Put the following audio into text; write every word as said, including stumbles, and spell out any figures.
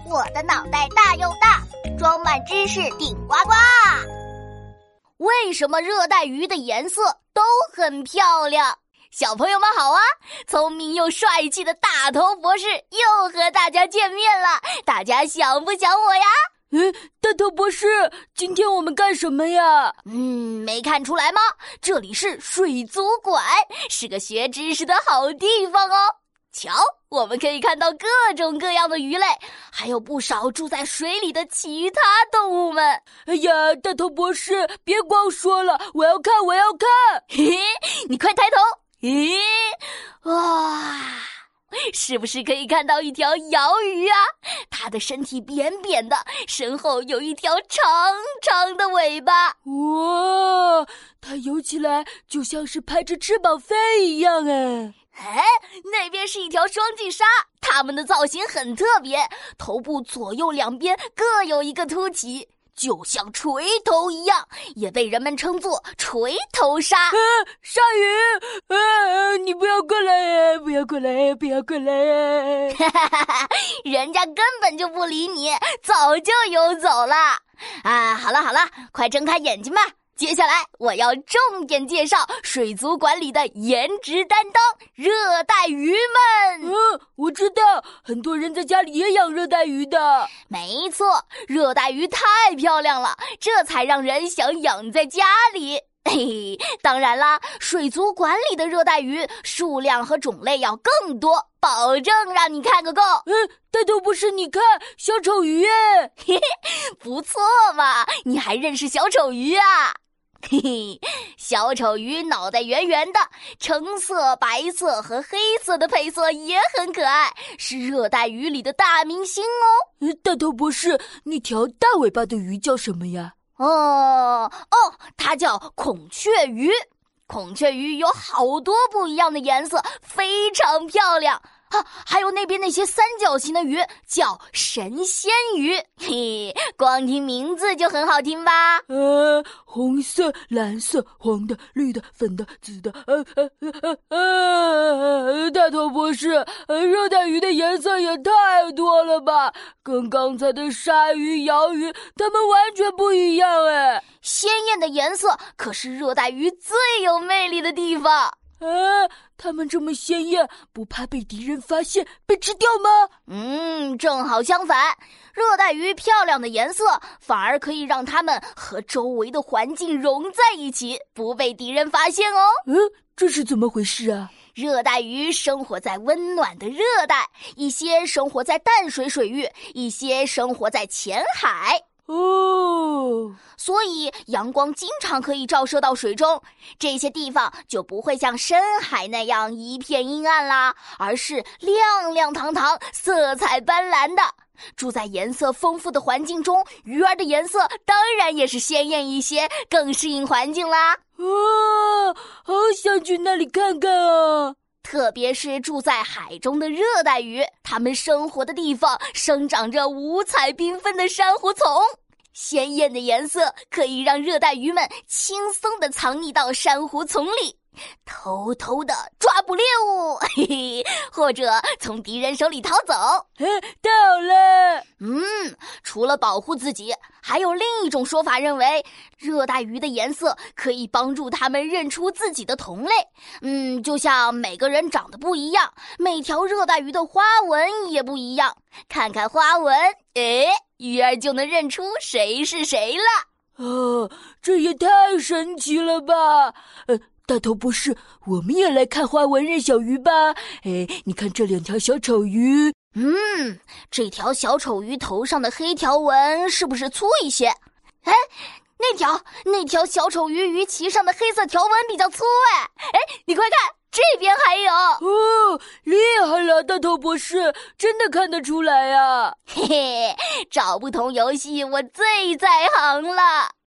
我的脑袋大又大，装满知识顶呱呱。为什么热带鱼的颜色都很漂亮？小朋友们好啊！聪明又帅气的大头博士又和大家见面了，大家想不想我呀？ 嗯，大头博士，今天我们干什么呀？ 嗯，没看出来吗？这里是水族馆，是个学知识的好地方哦。瞧，我们可以看到各种各样的鱼类，还有不少住在水里的其他动物们。 哎呀，大头博士，别光说了，我要看，我要看！ 嘿嘿，你快抬头！咦，哇！是不是可以看到一条鳐鱼啊？它的身体扁扁的，身后有一条长长的尾巴。 哇，它游起来就像是拍着翅膀飞一样哎！ 哎，那边是一条双髻鲨，它们的造型很特别，头部左右两边各有一个凸起，就像锤头一样，也被人们称作锤头鲨。 啊，鲨鱼！啊，你不要过来，不要过来，不要过来！ 哈哈哈哈，人家根本就不理你，早就游走了。啊，好了好了，快睁开眼睛吧。接下来我要重点介绍水族馆里的颜值担当——热带鱼们。 嗯，我知道，很多人在家里也养热带鱼的。 没错，热带鱼太漂亮了，这才让人想养在家里。嘿嘿，当然啦，水族馆里的热带鱼数量和种类要更多，保证让你看个够。 嗯，大头博士，你看小丑鱼耶！ 嘿嘿，不错嘛，你还认识小丑鱼啊？嘿嘿，小丑鱼脑袋圆圆的，橙色、白色和黑色的配色也很可爱，是热带鱼里的大明星哦。 大头博士，那条大尾巴的鱼叫什么呀？ 哦哦，它叫孔雀鱼。孔雀鱼有好多不一样的颜色，非常漂亮。啊，还有那边那些三角形的鱼叫神仙鱼，嘿，光听名字就很好听吧？ 呃，红色、蓝色、黄的、绿的、粉的、紫的，呃呃呃呃，大头博士，呃，热带鱼的颜色也太多了吧？跟刚才的鲨鱼、鳐鱼，它们完全不一样哎！ 鲜艳的颜色可是热带鱼最有魅力的地方。 啊，它们这么鲜艳，不怕被敌人发现被吃掉吗？ 嗯，正好相反，热带鱼漂亮的颜色反而可以让它们和周围的环境融在一起，不被敌人发现哦。 嗯，这是怎么回事啊？ 热带鱼生活在温暖的热带，一些生活在淡水水域，一些生活在浅海。 哦， 所以阳光经常可以照射到水中，这些地方就不会像深海那样一片阴暗啦，而是亮亮堂堂、色彩斑斓的。住在颜色丰富的环境中，鱼儿的颜色当然也是鲜艳一些，更适应环境啦。 哇，好想去那里看看啊！ 特别是住在海中的热带鱼，它们生活的地方生长着五彩缤纷的珊瑚丛，鲜艳的颜色可以让热带鱼们轻松地藏匿到珊瑚丛里，偷偷地抓捕猎物，嘿嘿，或者从敌人手里逃走。 嘿，太好了！ 嗯，除了保护自己，还有另一种说法认为，热带鱼的颜色可以帮助它们认出自己的同类。嗯，就像每个人长得不一样，每条热带鱼的花纹也不一样。看看花纹，诶，鱼儿就能认出谁是谁了。 啊，这也太神奇了吧！呃，大头博士，我们也来看花纹认小鱼吧。哎，你看这两条小丑鱼。 嗯，这条小丑鱼头上的黑条纹是不是粗一些？哎，那条那条小丑鱼鱼鳍上的黑色条纹比较粗哎。哎，你快看，这边还有。 哦，厉害了，大头博士，真的看得出来啊。 嘿嘿，找不同游戏我最在行了。